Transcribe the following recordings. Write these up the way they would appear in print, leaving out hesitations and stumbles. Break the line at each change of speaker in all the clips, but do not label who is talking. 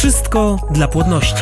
Wszystko dla płodności.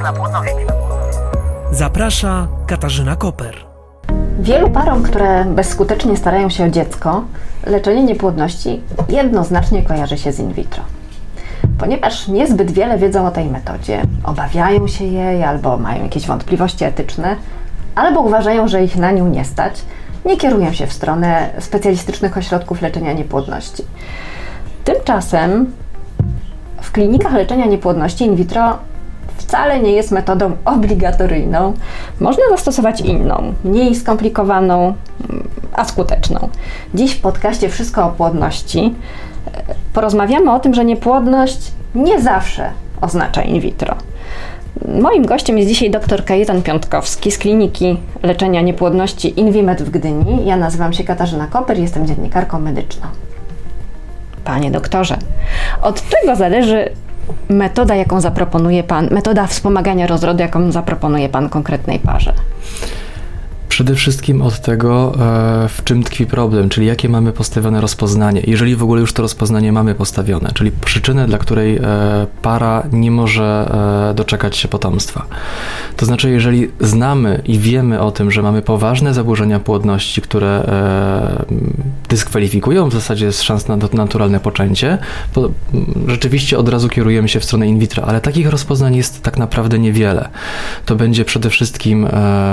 Zaprasza Katarzyna Koper.
Wielu parom, które bezskutecznie starają się o dziecko, leczenie niepłodności jednoznacznie kojarzy się z in vitro. Ponieważ niezbyt wiele wiedzą o tej metodzie, obawiają się jej albo mają jakieś wątpliwości etyczne, albo uważają, że ich na nią nie stać, nie kierują się w stronę specjalistycznych ośrodków leczenia niepłodności. Tymczasem w klinikach leczenia niepłodności in vitro wcale nie jest metodą obligatoryjną. Można zastosować inną, mniej skomplikowaną, a skuteczną. Dziś w podcaście Wszystko o płodności porozmawiamy o tym, że niepłodność nie zawsze oznacza in vitro. Moim gościem jest dzisiaj dr Kajetan Piątkowski z Kliniki Leczenia Niepłodności Invimed w Gdyni. Ja nazywam się Katarzyna Koper, jestem dziennikarką medyczną. Panie doktorze, od czego zależy metoda, jaką zaproponuje Pan, metoda wspomagania rozrodu, jaką zaproponuje Pan konkretnej parze?
Przede wszystkim od tego, w czym tkwi problem, czyli jakie mamy postawione rozpoznanie, jeżeli w ogóle już to rozpoznanie mamy postawione, czyli przyczynę, dla której para nie może doczekać się potomstwa. To znaczy, jeżeli znamy i wiemy o tym, że mamy poważne zaburzenia płodności, które dyskwalifikują w zasadzie z szans na naturalne poczęcie, rzeczywiście od razu kierujemy się w stronę in vitro, ale takich rozpoznań jest tak naprawdę niewiele. To będzie przede wszystkim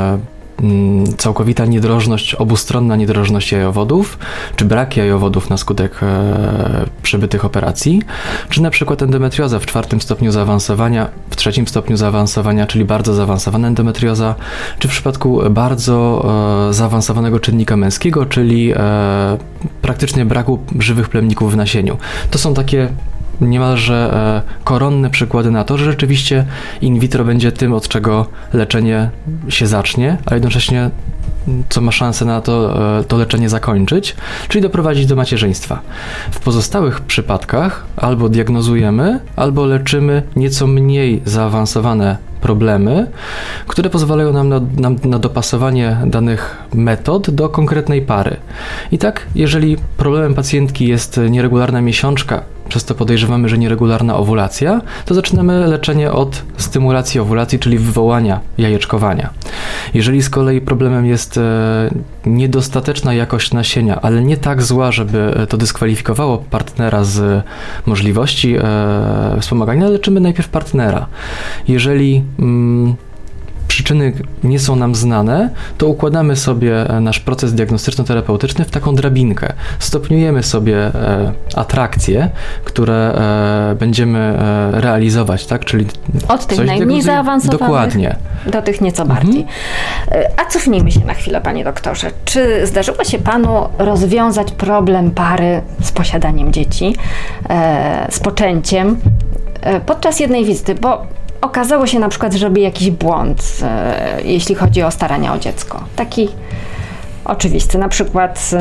całkowita niedrożność, obustronna niedrożność jajowodów, czy brak jajowodów na skutek przebytych operacji, czy na przykład endometrioza w 4. stopniu zaawansowania, w 3. stopniu zaawansowania, czyli bardzo zaawansowana endometrioza, czy w przypadku bardzo zaawansowanego czynnika męskiego, czyli praktycznie braku żywych plemników w nasieniu. To są takie niemalże koronne przykłady na to, że rzeczywiście in vitro będzie tym, od czego leczenie się zacznie, a jednocześnie co ma szansę na to leczenie zakończyć, czyli doprowadzić do macierzyństwa. W pozostałych przypadkach albo diagnozujemy, albo leczymy nieco mniej zaawansowane problemy, które pozwalają nam na dopasowanie danych metod do konkretnej pary. I tak, jeżeli problemem pacjentki jest nieregularna miesiączka, przez to podejrzewamy, że nieregularna owulacja, to zaczynamy leczenie od stymulacji owulacji, czyli wywołania jajeczkowania. Jeżeli z kolei problemem jest niedostateczna jakość nasienia, ale nie tak zła, żeby to dyskwalifikowało partnera z możliwości wspomagania, leczymy najpierw partnera. Jeżeli przyczyny nie są nam znane, to układamy sobie nasz proces diagnostyczno-terapeutyczny w taką drabinkę. Stopniujemy sobie atrakcje, które będziemy realizować, tak? Czyli
od tych najmniej zaawansowanych
dokładnie
do tych nieco bardziej. A cofnijmy się na chwilę, panie doktorze. Czy zdarzyło się panu rozwiązać problem pary z posiadaniem dzieci, z poczęciem podczas jednej wizyty? Bo okazało się na przykład, że robi jakiś błąd, jeśli chodzi o starania o dziecko. Taki oczywisty, na przykład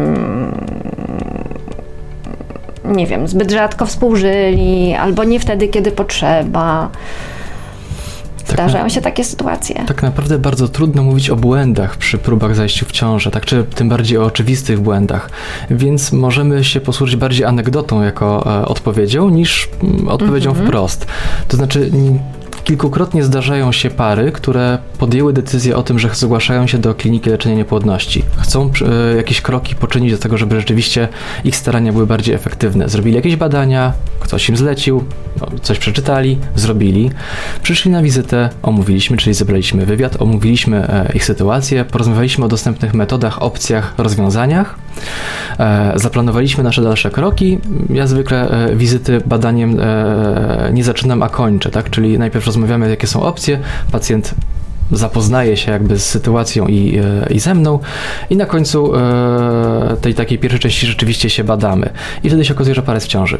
nie wiem, zbyt rzadko współżyli, albo nie wtedy, kiedy potrzeba. Zdarzają się takie sytuacje. Tak
naprawdę bardzo trudno mówić o błędach przy próbach zajściu w ciążę, tak, czy tym bardziej o oczywistych błędach, więc możemy się posłużyć bardziej anegdotą jako odpowiedzią niż odpowiedzią wprost. To znaczy kilkukrotnie zdarzają się pary, które podjęły decyzję o tym, że zgłaszają się do kliniki leczenia niepłodności. Chcą jakieś kroki poczynić do tego, żeby rzeczywiście ich starania były bardziej efektywne. Zrobili jakieś badania, ktoś im zlecił, coś przeczytali, zrobili. Przyszli na wizytę, omówiliśmy, czyli zebraliśmy wywiad, omówiliśmy ich sytuację, porozmawialiśmy o dostępnych metodach, opcjach, rozwiązaniach. Zaplanowaliśmy nasze dalsze kroki. Ja zwykle wizyty badaniem nie zaczynam, a kończę, tak? Czyli najpierw rozmawiamy, jakie są opcje, pacjent zapoznaje się jakby z sytuacją i ze mną i na końcu tej takiej pierwszej części rzeczywiście się badamy. I wtedy się okazuje, że para jest w ciąży.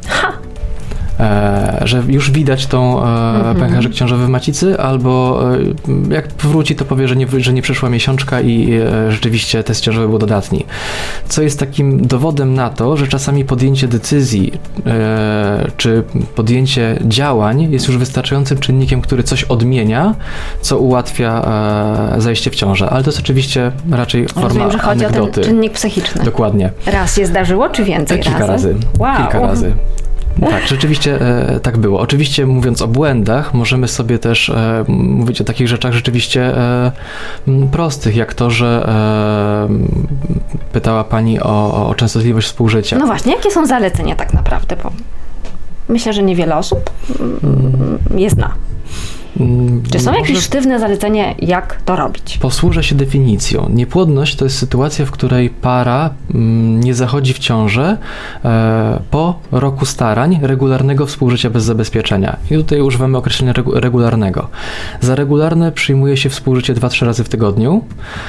Że już widać tą pęcherzyk ciążowy w macicy, albo jak wróci, to powie, że nie przyszła miesiączka i rzeczywiście test ciążowy był dodatni. Co jest takim dowodem na to, że czasami podjęcie decyzji czy podjęcie działań jest już wystarczającym czynnikiem, który coś odmienia, co ułatwia zajście w ciążę. Ale to jest oczywiście raczej forma
Rozumiem, że chodzi
anegdoty.
o ten czynnik psychiczny.
Dokładnie.
Raz się zdarzyło, czy więcej razy?
Kilka razy.
Wow.
Kilka razy. Tak, rzeczywiście tak było. Oczywiście mówiąc o błędach, możemy sobie też mówić o takich rzeczach rzeczywiście prostych, jak to, że pytała Pani o częstotliwość współżycia.
No właśnie, jakie są zalecenia tak naprawdę? Bo myślę, że niewiele osób je zna. Czy są jakieś sztywne zalecenia, jak to robić?
Posłużę się definicją. Niepłodność to jest sytuacja, w której para nie zachodzi w ciążę po roku starań regularnego współżycia bez zabezpieczenia. I tutaj używamy określenia regularnego. Za regularne przyjmuje się współżycie 2-3 razy w tygodniu.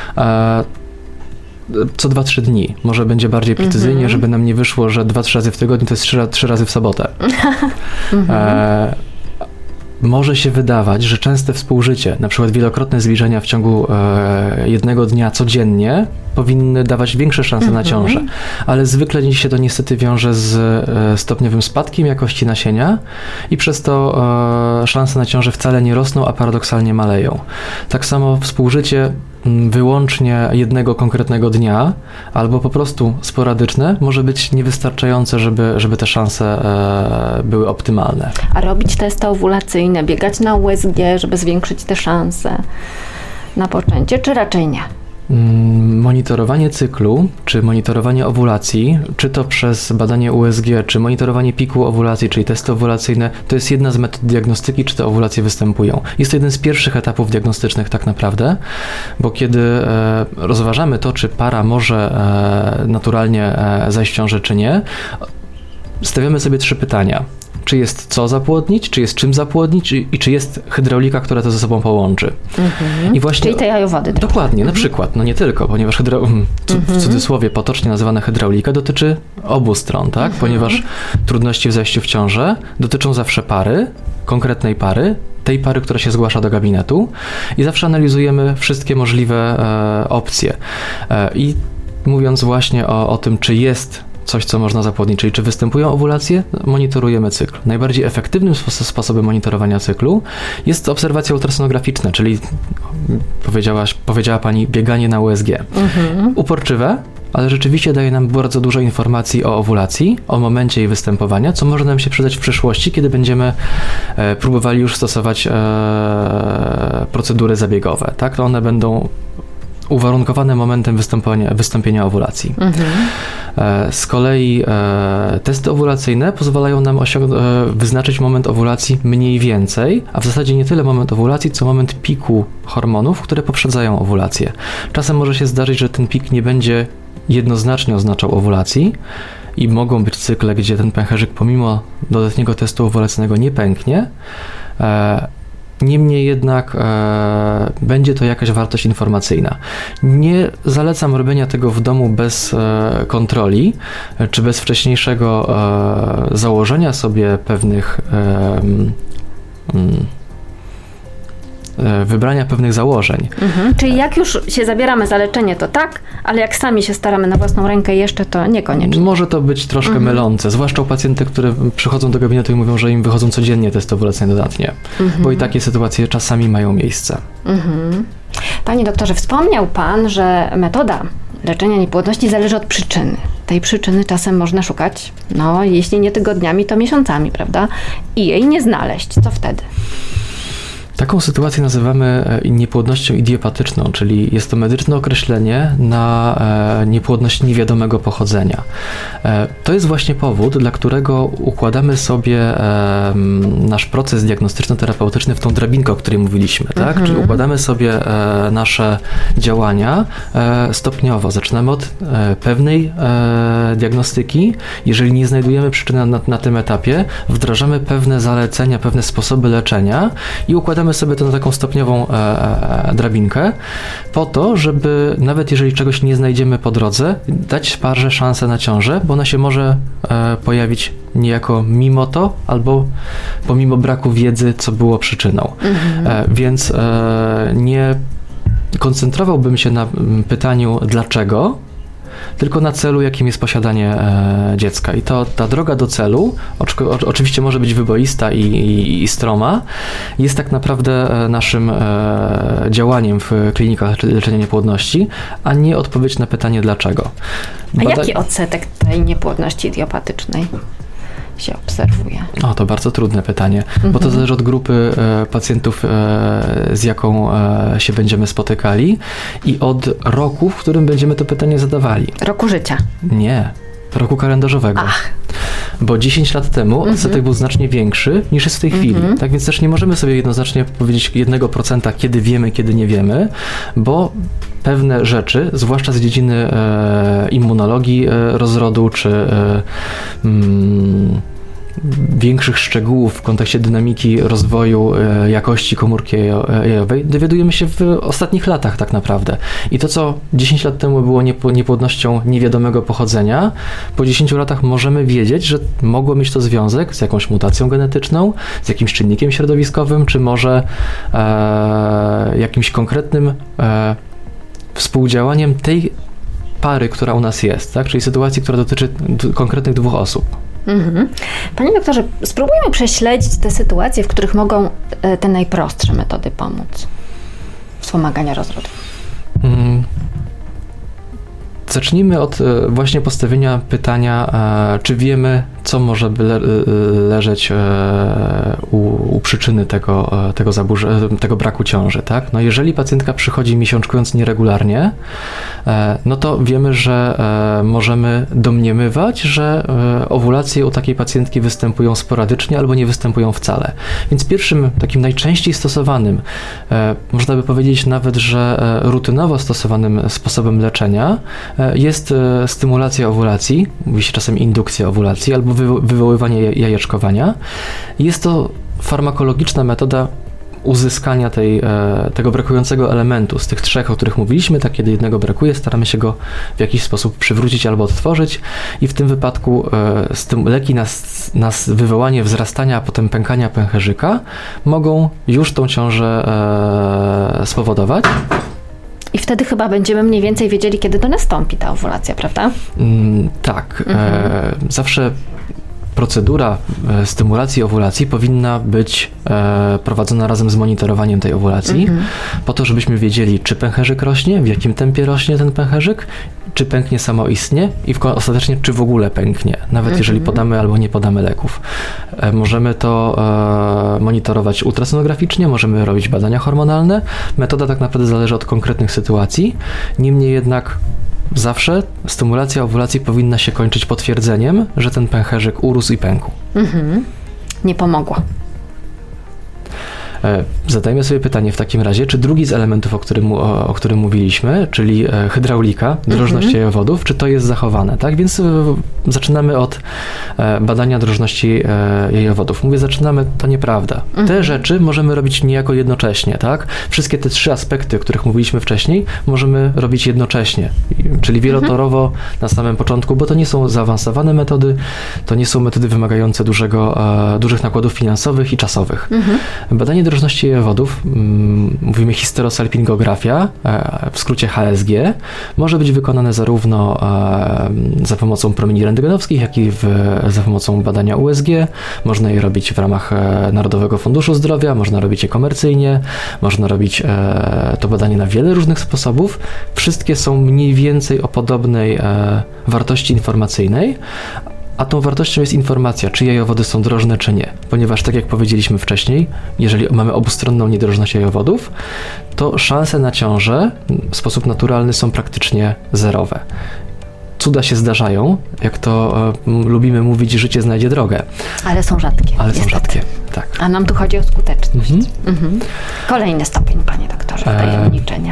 Co 2-3 dni. Może będzie bardziej precyzyjnie, żeby nam nie wyszło, że 2-3 razy w tygodniu to jest 3 razy w sobotę. Może się wydawać, że częste współżycie, na przykład wielokrotne zbliżenia w ciągu jednego dnia codziennie powinny dawać większe szanse na ciążę, ale zwykle się to niestety wiąże z stopniowym spadkiem jakości nasienia i przez to szanse na ciążę wcale nie rosną, a paradoksalnie maleją. Tak samo współżycie wyłącznie jednego konkretnego dnia albo po prostu sporadyczne może być niewystarczające, żeby te szanse były optymalne.
A robić testy owulacyjne, biegać na USG, żeby zwiększyć te szanse na poczęcie, czy raczej nie?
Monitorowanie cyklu, czy monitorowanie owulacji, czy to przez badanie USG, czy monitorowanie piku owulacji, czyli testy owulacyjne, to jest jedna z metod diagnostyki, czy te owulacje występują. Jest to jeden z pierwszych etapów diagnostycznych tak naprawdę, bo kiedy rozważamy to, czy para może naturalnie zajść w ciążę, czy nie, stawiamy sobie 3 pytania. Czy jest co zapłodnić, czy jest czym zapłodnić i czy jest hydraulika, która to ze sobą połączy. I właśnie,
czyli te jajowody.
Dokładnie, na przykład, no nie tylko, ponieważ w cudzysłowie potocznie nazywana hydraulika dotyczy obu stron, tak? Ponieważ trudności w zajściu w ciążę dotyczą zawsze pary, konkretnej pary, tej pary, która się zgłasza do gabinetu i zawsze analizujemy wszystkie możliwe opcje. I mówiąc właśnie o tym, czy jest coś, co można zapłodnić, czyli czy występują owulacje, monitorujemy cykl. Najbardziej efektywnym sposobem monitorowania cyklu jest obserwacja ultrasonograficzna, czyli powiedziała Pani bieganie na USG. Uporczywe, ale rzeczywiście daje nam bardzo dużo informacji o owulacji, o momencie jej występowania, co może nam się przydać w przyszłości, kiedy będziemy próbowali już stosować procedury zabiegowe. Tak? To one będą uwarunkowane momentem wystąpienia owulacji. Z kolei testy owulacyjne pozwalają nam wyznaczyć moment owulacji mniej więcej, a w zasadzie nie tyle moment owulacji, co moment piku hormonów, które poprzedzają owulację. Czasem może się zdarzyć, że ten pik nie będzie jednoznacznie oznaczał owulacji i mogą być cykle, gdzie ten pęcherzyk pomimo dodatniego testu owulacyjnego nie pęknie. Niemniej jednak będzie to jakaś wartość informacyjna. Nie zalecam robienia tego w domu bez kontroli, czy bez wcześniejszego założenia sobie pewnych wybrania pewnych założeń.
Czyli jak już się zabieramy za leczenie, to tak, ale jak sami się staramy na własną rękę jeszcze, to niekoniecznie.
Może to być troszkę mylące, zwłaszcza u pacjentów, które przychodzą do gabinetu i mówią, że im wychodzą codziennie testy owulacyjne dodatnie, bo i takie sytuacje czasami mają miejsce.
Panie doktorze, wspomniał Pan, że metoda leczenia niepłodności zależy od przyczyny. Tej przyczyny czasem można szukać, no jeśli nie tygodniami, to miesiącami, prawda? I jej nie znaleźć. Co wtedy?
Taką sytuację nazywamy niepłodnością idiopatyczną, czyli jest to medyczne określenie na niepłodność niewiadomego pochodzenia. To jest właśnie powód, dla którego układamy sobie nasz proces diagnostyczno-terapeutyczny w tą drabinkę, o której mówiliśmy, tak? Czyli układamy sobie nasze działania stopniowo. Zaczynamy od pewnej diagnostyki. Jeżeli nie znajdujemy przyczyny na tym etapie, wdrażamy pewne zalecenia, pewne sposoby leczenia i układamy sobie to na taką stopniową drabinkę po to, żeby nawet jeżeli czegoś nie znajdziemy po drodze, dać parze szansę na ciążę, bo ona się może pojawić niejako mimo to, albo pomimo braku wiedzy, co było przyczyną. Więc nie koncentrowałbym się na pytaniu dlaczego, tylko na celu, jakim jest posiadanie dziecka. I to ta droga do celu, oczywiście może być wyboista i stroma, jest tak naprawdę naszym działaniem w klinikach leczenia niepłodności, a nie odpowiedź na pytanie dlaczego.
A jaki odsetek tej niepłodności idiopatycznej? się obserwuje?
O, to bardzo trudne pytanie, bo to zależy od grupy pacjentów, z jaką się będziemy spotykali i od roku, w którym będziemy to pytanie zadawali.
Roku życia?
Nie, roku kalendarzowego.
Ach.
Bo 10 lat temu odsetek był znacznie większy niż jest w tej chwili. Tak więc też nie możemy sobie jednoznacznie powiedzieć 1%, kiedy wiemy, kiedy nie wiemy, bo pewne rzeczy, zwłaszcza z dziedziny immunologii rozrodu, czy większych szczegółów w kontekście dynamiki rozwoju jakości komórki jajowej dowiadujemy się w ostatnich latach tak naprawdę. I to, co 10 lat temu było niepłodnością niewiadomego pochodzenia, po 10 latach możemy wiedzieć, że mogło mieć to związek z jakąś mutacją genetyczną, z jakimś czynnikiem środowiskowym, czy może jakimś konkretnym współdziałaniem tej pary, która u nas jest, tak? Czyli sytuacji, która dotyczy konkretnych 2 osób.
Panie doktorze, spróbujmy prześledzić te sytuacje, w których mogą te najprostsze metody pomóc wspomagania rozrodu.
Zacznijmy od właśnie postawienia pytania, czy wiemy, co może leżeć u przyczyny tego braku ciąży, tak? No jeżeli pacjentka przychodzi miesiączkując nieregularnie, no to wiemy, że możemy domniemywać, że owulacje u takiej pacjentki występują sporadycznie albo nie występują wcale. Więc pierwszym takim najczęściej stosowanym, można by powiedzieć nawet, że rutynowo stosowanym sposobem leczenia jest stymulacja owulacji, mówi się czasem indukcja owulacji, albo wywoływanie jajeczkowania. Jest to farmakologiczna metoda uzyskania tego brakującego elementu. Z tych 3, o których mówiliśmy, tak kiedy jednego brakuje, staramy się go w jakiś sposób przywrócić albo odtworzyć i w tym wypadku leki na wywołanie wzrastania, a potem pękania pęcherzyka mogą już tą ciążę spowodować.
I wtedy chyba będziemy mniej więcej wiedzieli, kiedy to nastąpi ta owulacja, prawda?
Tak. Zawsze procedura stymulacji owulacji powinna być prowadzona razem z monitorowaniem tej owulacji, po to, żebyśmy wiedzieli, czy pęcherzyk rośnie, w jakim tempie rośnie ten pęcherzyk, czy pęknie samoistnie i ostatecznie, czy w ogóle pęknie, nawet jeżeli podamy albo nie podamy leków. Możemy to monitorować ultrasonograficznie, możemy robić badania hormonalne. Metoda tak naprawdę zależy od konkretnych sytuacji. Niemniej jednak zawsze stymulacja owulacji powinna się kończyć potwierdzeniem, że ten pęcherzyk urósł i pękł.
Nie pomogło.
Zadajmy sobie pytanie w takim razie, czy drugi z elementów, o którym mówiliśmy, czyli hydraulika, drożność jajowodów, czy to jest zachowane, tak? Więc zaczynamy od badania drożności jajowodów. Mówię, zaczynamy, to nieprawda. Te rzeczy możemy robić niejako jednocześnie, tak? Wszystkie te 3 aspekty, o których mówiliśmy wcześniej, możemy robić jednocześnie, czyli wielotorowo na samym początku, bo to nie są zaawansowane metody, to nie są metody wymagające dużych nakładów finansowych i czasowych. Badanie drożności jajowodów, mówimy histerosalpingografia, w skrócie HSG, może być wykonane zarówno za pomocą promieni rentgenowskich, jak i za pomocą badania USG. Można je robić w ramach Narodowego Funduszu Zdrowia, można robić je komercyjnie, można robić to badanie na wiele różnych sposobów. Wszystkie są mniej więcej o podobnej wartości informacyjnej, a tą wartością jest informacja, czy jajowody są drożne, czy nie. Ponieważ, tak jak powiedzieliśmy wcześniej, jeżeli mamy obustronną niedrożność jajowodów, to szanse na ciążę w sposób naturalny są praktycznie zerowe. Cuda się zdarzają, jak to lubimy mówić, życie znajdzie drogę.
Ale są rzadkie.
Ale są rzadkie, tak.
A nam tu chodzi o skuteczność. Kolejny stopień, panie doktorze, tajemniczenia.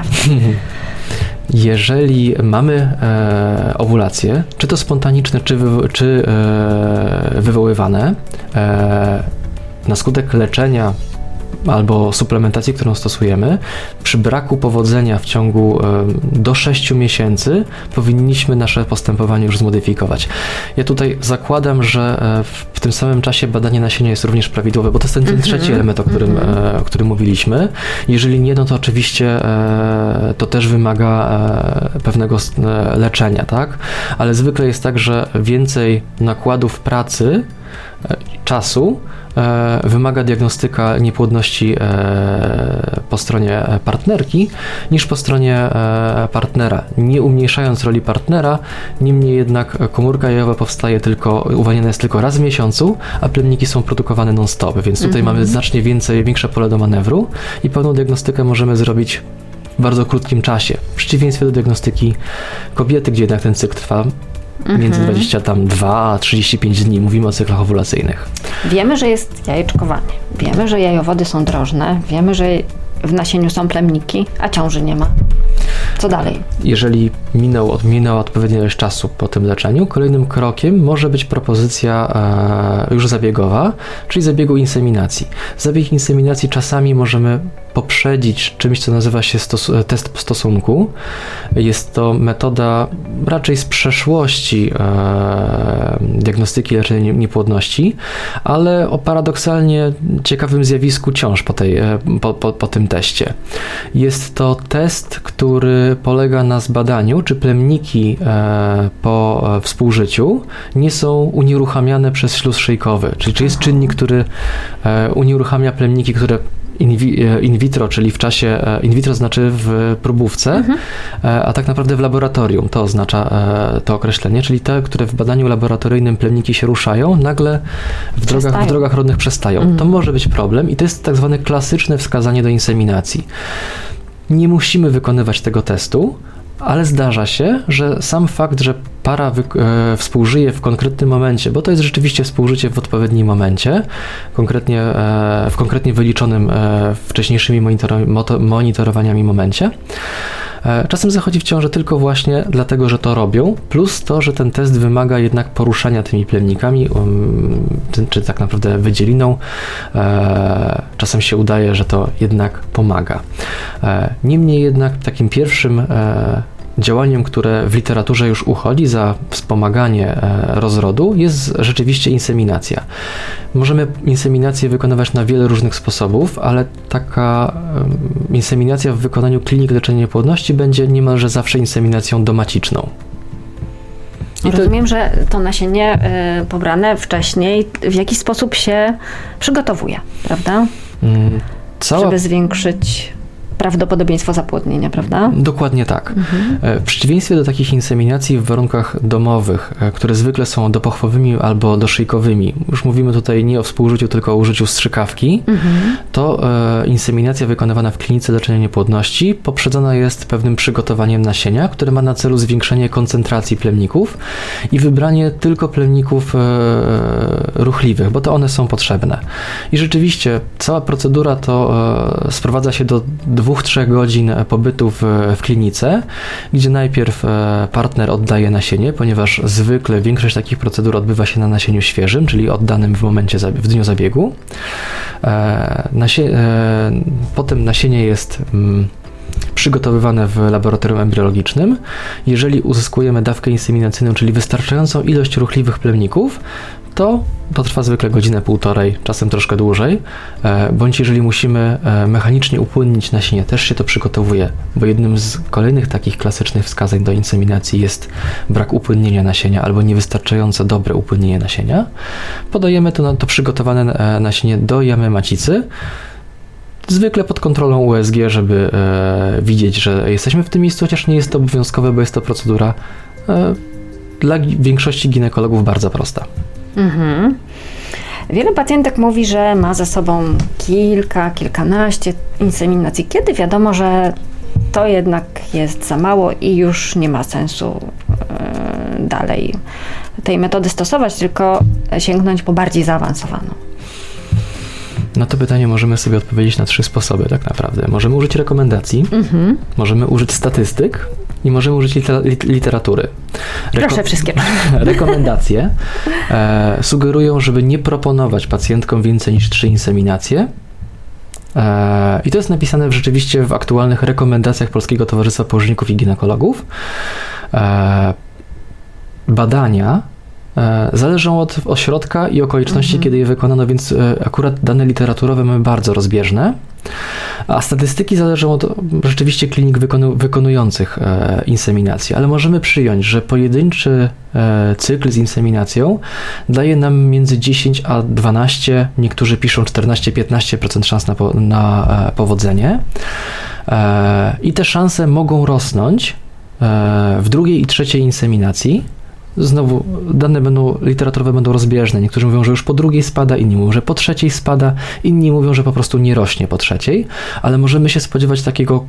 Jeżeli mamy owulacje, czy to spontaniczne, czy wywoływane, na skutek leczenia albo suplementacji, którą stosujemy, przy braku powodzenia w ciągu do 6 miesięcy powinniśmy nasze postępowanie już zmodyfikować. Ja tutaj zakładam, że w tym samym czasie badanie nasienia jest również prawidłowe, bo to jest ten trzeci element, o którym mówiliśmy. Jeżeli nie, no to oczywiście to też wymaga pewnego leczenia, tak? Ale zwykle jest tak, że więcej nakładów pracy, czasu wymaga diagnostyka niepłodności po stronie partnerki niż po stronie partnera. Nie umniejszając roli partnera, niemniej jednak komórka jajowa uwalniana jest tylko raz w miesiącu, miesiącu, a plemniki są produkowane non-stop, więc tutaj mamy znacznie większe pole do manewru i pełną diagnostykę możemy zrobić w bardzo krótkim czasie. W przeciwieństwie do diagnostyki kobiety, gdzie jednak ten cykl trwa między 22 a 35 dni. Mówimy o cyklach owulacyjnych.
Wiemy, że jest jajeczkowanie. Wiemy, że jajowody są drożne. Wiemy, że w nasieniu są plemniki, a ciąży nie ma. Co dalej?
Jeżeli minęła odpowiednia ilość czasu po tym leczeniu, kolejnym krokiem może być propozycja już zabiegowa, czyli zabiegu inseminacji. Zabieg inseminacji czasami możemy poprzedzić czymś, co nazywa się test stosunku. Jest to metoda raczej z przeszłości diagnostyki leczenia niepłodności, ale o paradoksalnie ciekawym zjawisku ciąż po tym teście. Jest to test, który polega na zbadaniu, czy plemniki po współżyciu nie są unieruchamiane przez śluz szyjkowy, czyli czy jest czynnik, który unieruchamia plemniki, które in vitro, czyli w czasie, in vitro znaczy w próbówce, a tak naprawdę w laboratorium, to oznacza to określenie, czyli te, które w badaniu laboratoryjnym plemniki się ruszają, nagle w drogach rodnych przestają. To może być problem i to jest tak zwane klasyczne wskazanie do inseminacji. Nie musimy wykonywać tego testu, ale zdarza się, że sam fakt, że para współżyje w konkretnym momencie, bo to jest rzeczywiście współżycie w odpowiednim momencie, w konkretnie wyliczonym wcześniejszymi monitorowaniami momencie, czasem zachodzi w ciążę tylko właśnie dlatego, że to robią, plus to, że ten test wymaga jednak poruszania tymi plemnikami, czy tak naprawdę wydzieliną. Czasem się udaje, że to jednak pomaga. Niemniej jednak takim pierwszym działaniem, które w literaturze już uchodzi za wspomaganie rozrodu, jest rzeczywiście inseminacja. Możemy inseminację wykonywać na wiele różnych sposobów, ale taka inseminacja w wykonaniu klinik leczenia niepłodności będzie niemalże zawsze inseminacją domaciczną.
Rozumiem, że to nasienie pobrane wcześniej w jakiś sposób się przygotowuje, prawda? Żeby zwiększyć prawdopodobieństwo zapłodnienia, prawda?
Dokładnie tak. W przeciwieństwie do takich inseminacji w warunkach domowych, które zwykle są dopochwowymi albo doszyjkowymi, już mówimy tutaj nie o współżyciu, tylko o użyciu strzykawki, to inseminacja wykonywana w klinice leczenia niepłodności poprzedzona jest pewnym przygotowaniem nasienia, które ma na celu zwiększenie koncentracji plemników i wybranie tylko plemników ruchliwych, bo to one są potrzebne. I rzeczywiście cała procedura to sprowadza się do 2-3 godzin pobytu w klinice, gdzie najpierw partner oddaje nasienie, ponieważ zwykle większość takich procedur odbywa się na nasieniu świeżym, czyli oddanym w dniu zabiegu. Potem nasienie jest przygotowywane w laboratorium embriologicznym. Jeżeli uzyskujemy dawkę inseminacyjną, czyli wystarczającą ilość ruchliwych plemników, to trwa zwykle godzinę, półtorej, czasem troszkę dłużej, bądź jeżeli musimy mechanicznie upłynnić nasienie, też się to przygotowuje, bo jednym z kolejnych takich klasycznych wskazań do inseminacji jest brak upłynnienia nasienia albo niewystarczająco dobre upłynnienie nasienia. Podajemy to przygotowane nasienie do jamy macicy, zwykle pod kontrolą USG, żeby widzieć, że jesteśmy w tym miejscu, chociaż nie jest to obowiązkowe, bo jest to procedura dla większości ginekologów bardzo prosta.
Wiele pacjentek mówi, że ma za sobą kilkanaście inseminacji. Kiedy wiadomo, że to jednak jest za mało i już nie ma sensu dalej tej metody stosować, tylko sięgnąć po bardziej zaawansowaną?
Na to pytanie możemy sobie odpowiedzieć na 3 sposoby tak naprawdę. Możemy użyć rekomendacji, możemy użyć statystyk i możemy użyć literatury.
Proszę wszystkie.
Rekomendacje sugerują, żeby nie proponować pacjentkom więcej niż 3 inseminacje. I to jest napisane rzeczywiście w aktualnych rekomendacjach Polskiego Towarzystwa Położników i Ginekologów. Badania zależą od ośrodka i okoliczności, kiedy je wykonano, więc akurat dane literaturowe mamy bardzo rozbieżne, a statystyki zależą od rzeczywiście klinik wykonujących inseminację, ale możemy przyjąć, że pojedynczy cykl z inseminacją daje nam między 10 a 12, niektórzy piszą 14-15% szans na powodzenie i te szanse mogą rosnąć w drugiej i trzeciej inseminacji, znowu dane literaturowe będą rozbieżne. Niektórzy mówią, że już po drugiej spada, inni mówią, że po trzeciej spada, inni mówią, że po prostu nie rośnie po trzeciej, ale możemy się spodziewać takiego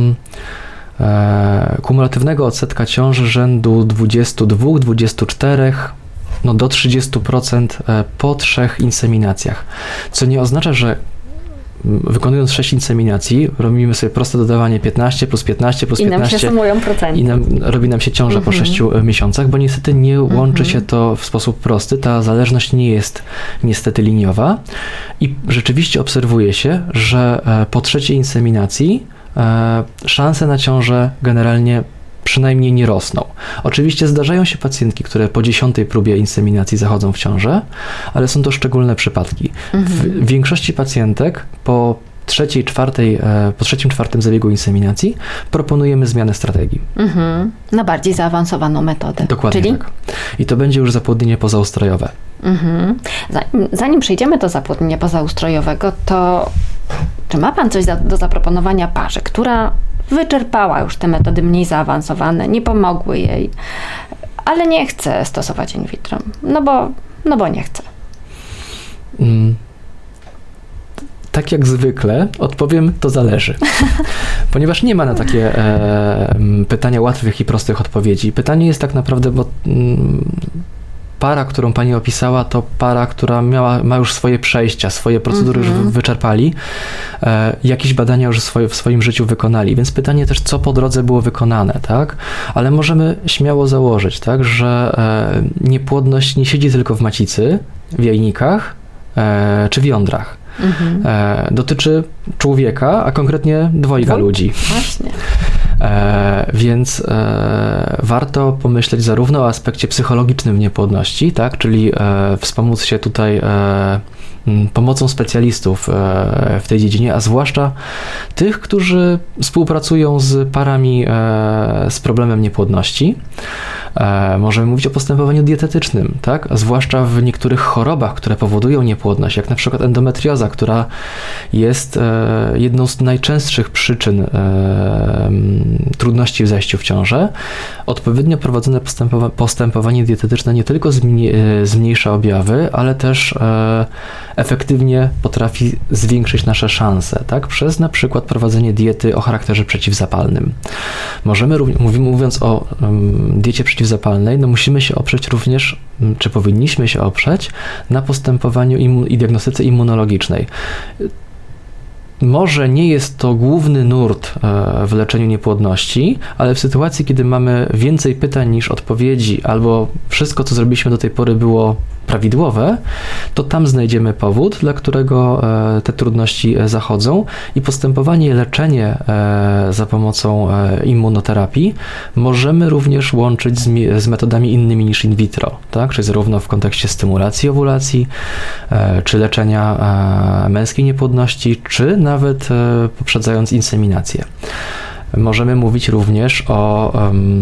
kumulatywnego odsetka ciąży rzędu 22, 24, do 30% po 3 inseminacjach. Co nie oznacza, że wykonując 6 inseminacji, robimy sobie proste dodawanie 15 plus 15 plus 15
i nam się sumują procenty.
I robi nam się ciąża po 6 miesiącach, bo niestety nie łączy się to w sposób prosty. Ta zależność nie jest niestety liniowa i rzeczywiście obserwuje się, że po 3 inseminacji szanse na ciążę generalnie przynajmniej nie rosną. Oczywiście zdarzają się pacjentki, które po 10 próbie inseminacji zachodzą w ciążę, ale są to szczególne przypadki. W większości pacjentek po 3-4 zabiegu inseminacji proponujemy zmianę strategii.
Na bardziej zaawansowaną metodę.
Dokładnie
czyli?
tak. I to będzie już zapłodnienie pozaustrojowe.
Zanim przejdziemy do zapłodnienia pozaustrojowego, to czy ma Pan coś do zaproponowania parze, która wyczerpała już te metody mniej zaawansowane, nie pomogły jej, ale nie chce stosować in vitro, no bo nie chce?
Tak jak zwykle odpowiem, to zależy. Ponieważ nie ma na takie pytania łatwych i prostych odpowiedzi. Pytanie jest tak naprawdę, bo para, którą Pani opisała, to para, która ma już swoje przejścia, swoje procedury już wyczerpali, jakieś badania już w swoim życiu wykonali, więc pytanie też, co po drodze było wykonane, tak? Ale możemy śmiało założyć, tak, że niepłodność nie siedzi tylko w macicy, w jajnikach czy w jądrach. Dotyczy człowieka, a konkretnie dwojga ludzi.
Właśnie.
Więc warto pomyśleć zarówno o aspekcie psychologicznym niepłodności, tak, czyli wspomóc się tutaj pomocą specjalistów w tej dziedzinie, a zwłaszcza tych, którzy współpracują z parami z problemem niepłodności. Możemy mówić o postępowaniu dietetycznym, tak? Zwłaszcza w niektórych chorobach, które powodują niepłodność, jak na przykład endometrioza, która jest jedną z najczęstszych przyczyn trudności w zajściu w ciążę. Odpowiednio prowadzone postępowanie dietetyczne nie tylko zmniejsza objawy, ale też efektywnie potrafi zwiększyć nasze szanse, tak? Przez na przykład prowadzenie diety o charakterze przeciwzapalnym. Mówiąc o diecie przeciwzapalnej, musimy się oprzeć również, czy powinniśmy się oprzeć na postępowaniu i diagnostyce immunologicznej. Może nie jest to główny nurt w leczeniu niepłodności, ale w sytuacji, kiedy mamy więcej pytań niż odpowiedzi, albo wszystko, co zrobiliśmy do tej pory, było prawidłowe, to tam znajdziemy powód, dla którego te trudności zachodzą i postępowanie, leczenie za pomocą immunoterapii możemy również łączyć z metodami innymi niż in vitro, tak? Czyli zarówno w kontekście stymulacji owulacji, czy leczenia męskiej niepłodności, czy nawet poprzedzając inseminację. Możemy mówić również o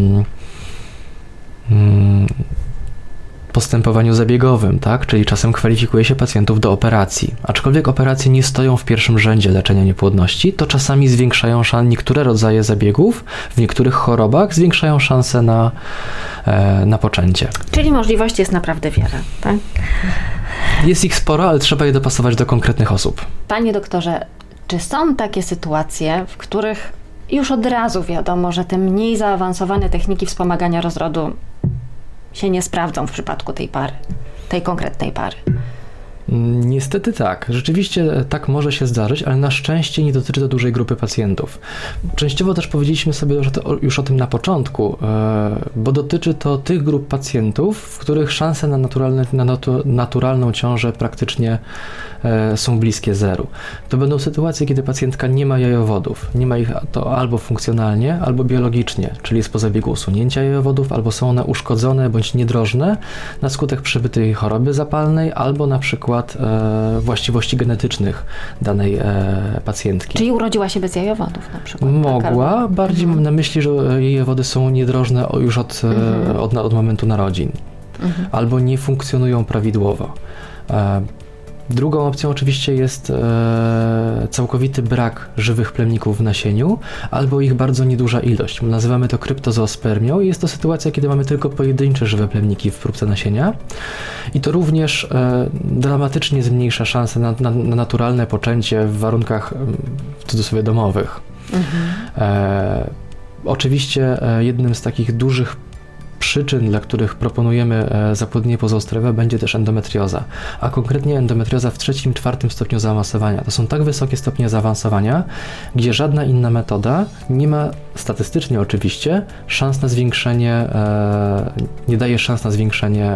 postępowaniu zabiegowym, tak? Czyli czasem kwalifikuje się pacjentów do operacji. Aczkolwiek operacje nie stoją w pierwszym rzędzie leczenia niepłodności, to czasami zwiększają niektóre rodzaje zabiegów, w niektórych chorobach zwiększają szanse na poczęcie.
Czyli możliwości jest naprawdę wiele, tak?
Jest ich sporo, ale trzeba je dopasować do konkretnych osób.
Panie doktorze, czy są takie sytuacje, w których już od razu wiadomo, że te mniej zaawansowane techniki wspomagania rozrodu się nie sprawdzą w przypadku tej pary, tej konkretnej pary?
Niestety tak. Rzeczywiście tak może się zdarzyć, ale na szczęście nie dotyczy to dużej grupy pacjentów. Częściowo też powiedzieliśmy sobie już o tym na początku, bo dotyczy to tych grup pacjentów, w których szanse na naturalną ciążę praktycznie są bliskie zeru. To będą sytuacje, kiedy pacjentka nie ma jajowodów. Nie ma ich to albo funkcjonalnie, albo biologicznie, czyli jest po zabiegu usunięcia jajowodów, albo są one uszkodzone bądź niedrożne na skutek przebytej choroby zapalnej, albo na przykład właściwości genetycznych danej pacjentki.
Czyli urodziła się bez jajowodów na przykład?
Mogła, tak, bardziej mam na myśli, że jajowody są niedrożne już od momentu narodzin, albo nie funkcjonują prawidłowo. Drugą opcją oczywiście jest całkowity brak żywych plemników w nasieniu albo ich bardzo nieduża ilość. Nazywamy to kryptozoospermią i jest to sytuacja, kiedy mamy tylko pojedyncze żywe plemniki w próbce nasienia i to również dramatycznie zmniejsza szanse na naturalne poczęcie w warunkach w cudzysłowie domowych. Oczywiście jednym z takich dużych przyczyn, dla których proponujemy zapłodnienie pozaostrowe, będzie też endometrioza, a konkretnie endometrioza w 3-4 stopniu zaawansowania. To są tak wysokie stopnie zaawansowania, gdzie żadna inna metoda nie ma statystycznie oczywiście szans na zwiększenie, nie daje szans na zwiększenie,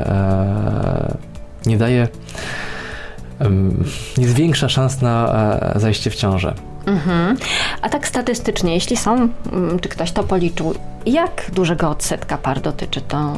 nie zwiększa szans na zajście w ciążę.
A tak statystycznie, jeśli są, czy ktoś to policzył, jak dużego odsetka par dotyczy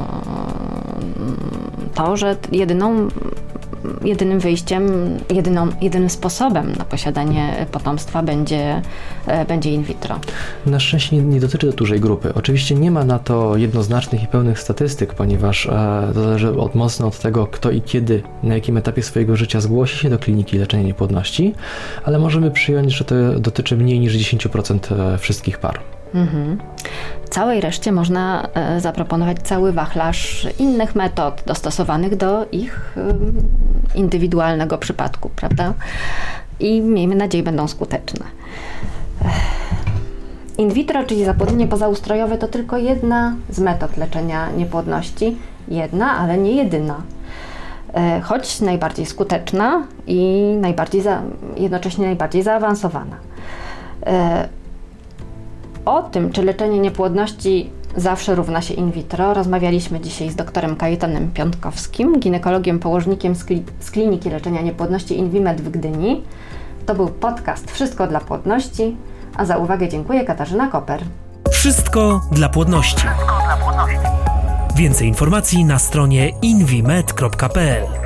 to, że jedynym wyjściem, jedynym sposobem na posiadanie potomstwa będzie in vitro?
Na szczęście nie dotyczy to dużej grupy. Oczywiście nie ma na to jednoznacznych i pełnych statystyk, ponieważ to zależy mocno od tego, kto i kiedy, na jakim etapie swojego życia zgłosi się do kliniki leczenia niepłodności, ale możemy przyjąć, że to dotyczy mniej niż 10% wszystkich par.
Całej reszcie można zaproponować cały wachlarz innych metod dostosowanych do ich indywidualnego przypadku, prawda? I miejmy nadzieję, będą skuteczne. In vitro, czyli zapłodnienie pozaustrojowe, to tylko jedna z metod leczenia niepłodności. Jedna, ale nie jedyna. Choć najbardziej skuteczna i jednocześnie najbardziej zaawansowana. O tym, czy leczenie niepłodności zawsze równa się in vitro, rozmawialiśmy dzisiaj z doktorem Kajetanem Piątkowskim, ginekologiem położnikiem z Kliniki Leczenia Niepłodności Invimed w Gdyni. To był podcast Wszystko dla płodności, a za uwagę dziękuję Katarzyna Koper.
Wszystko dla płodności. Więcej informacji na stronie invimed.pl.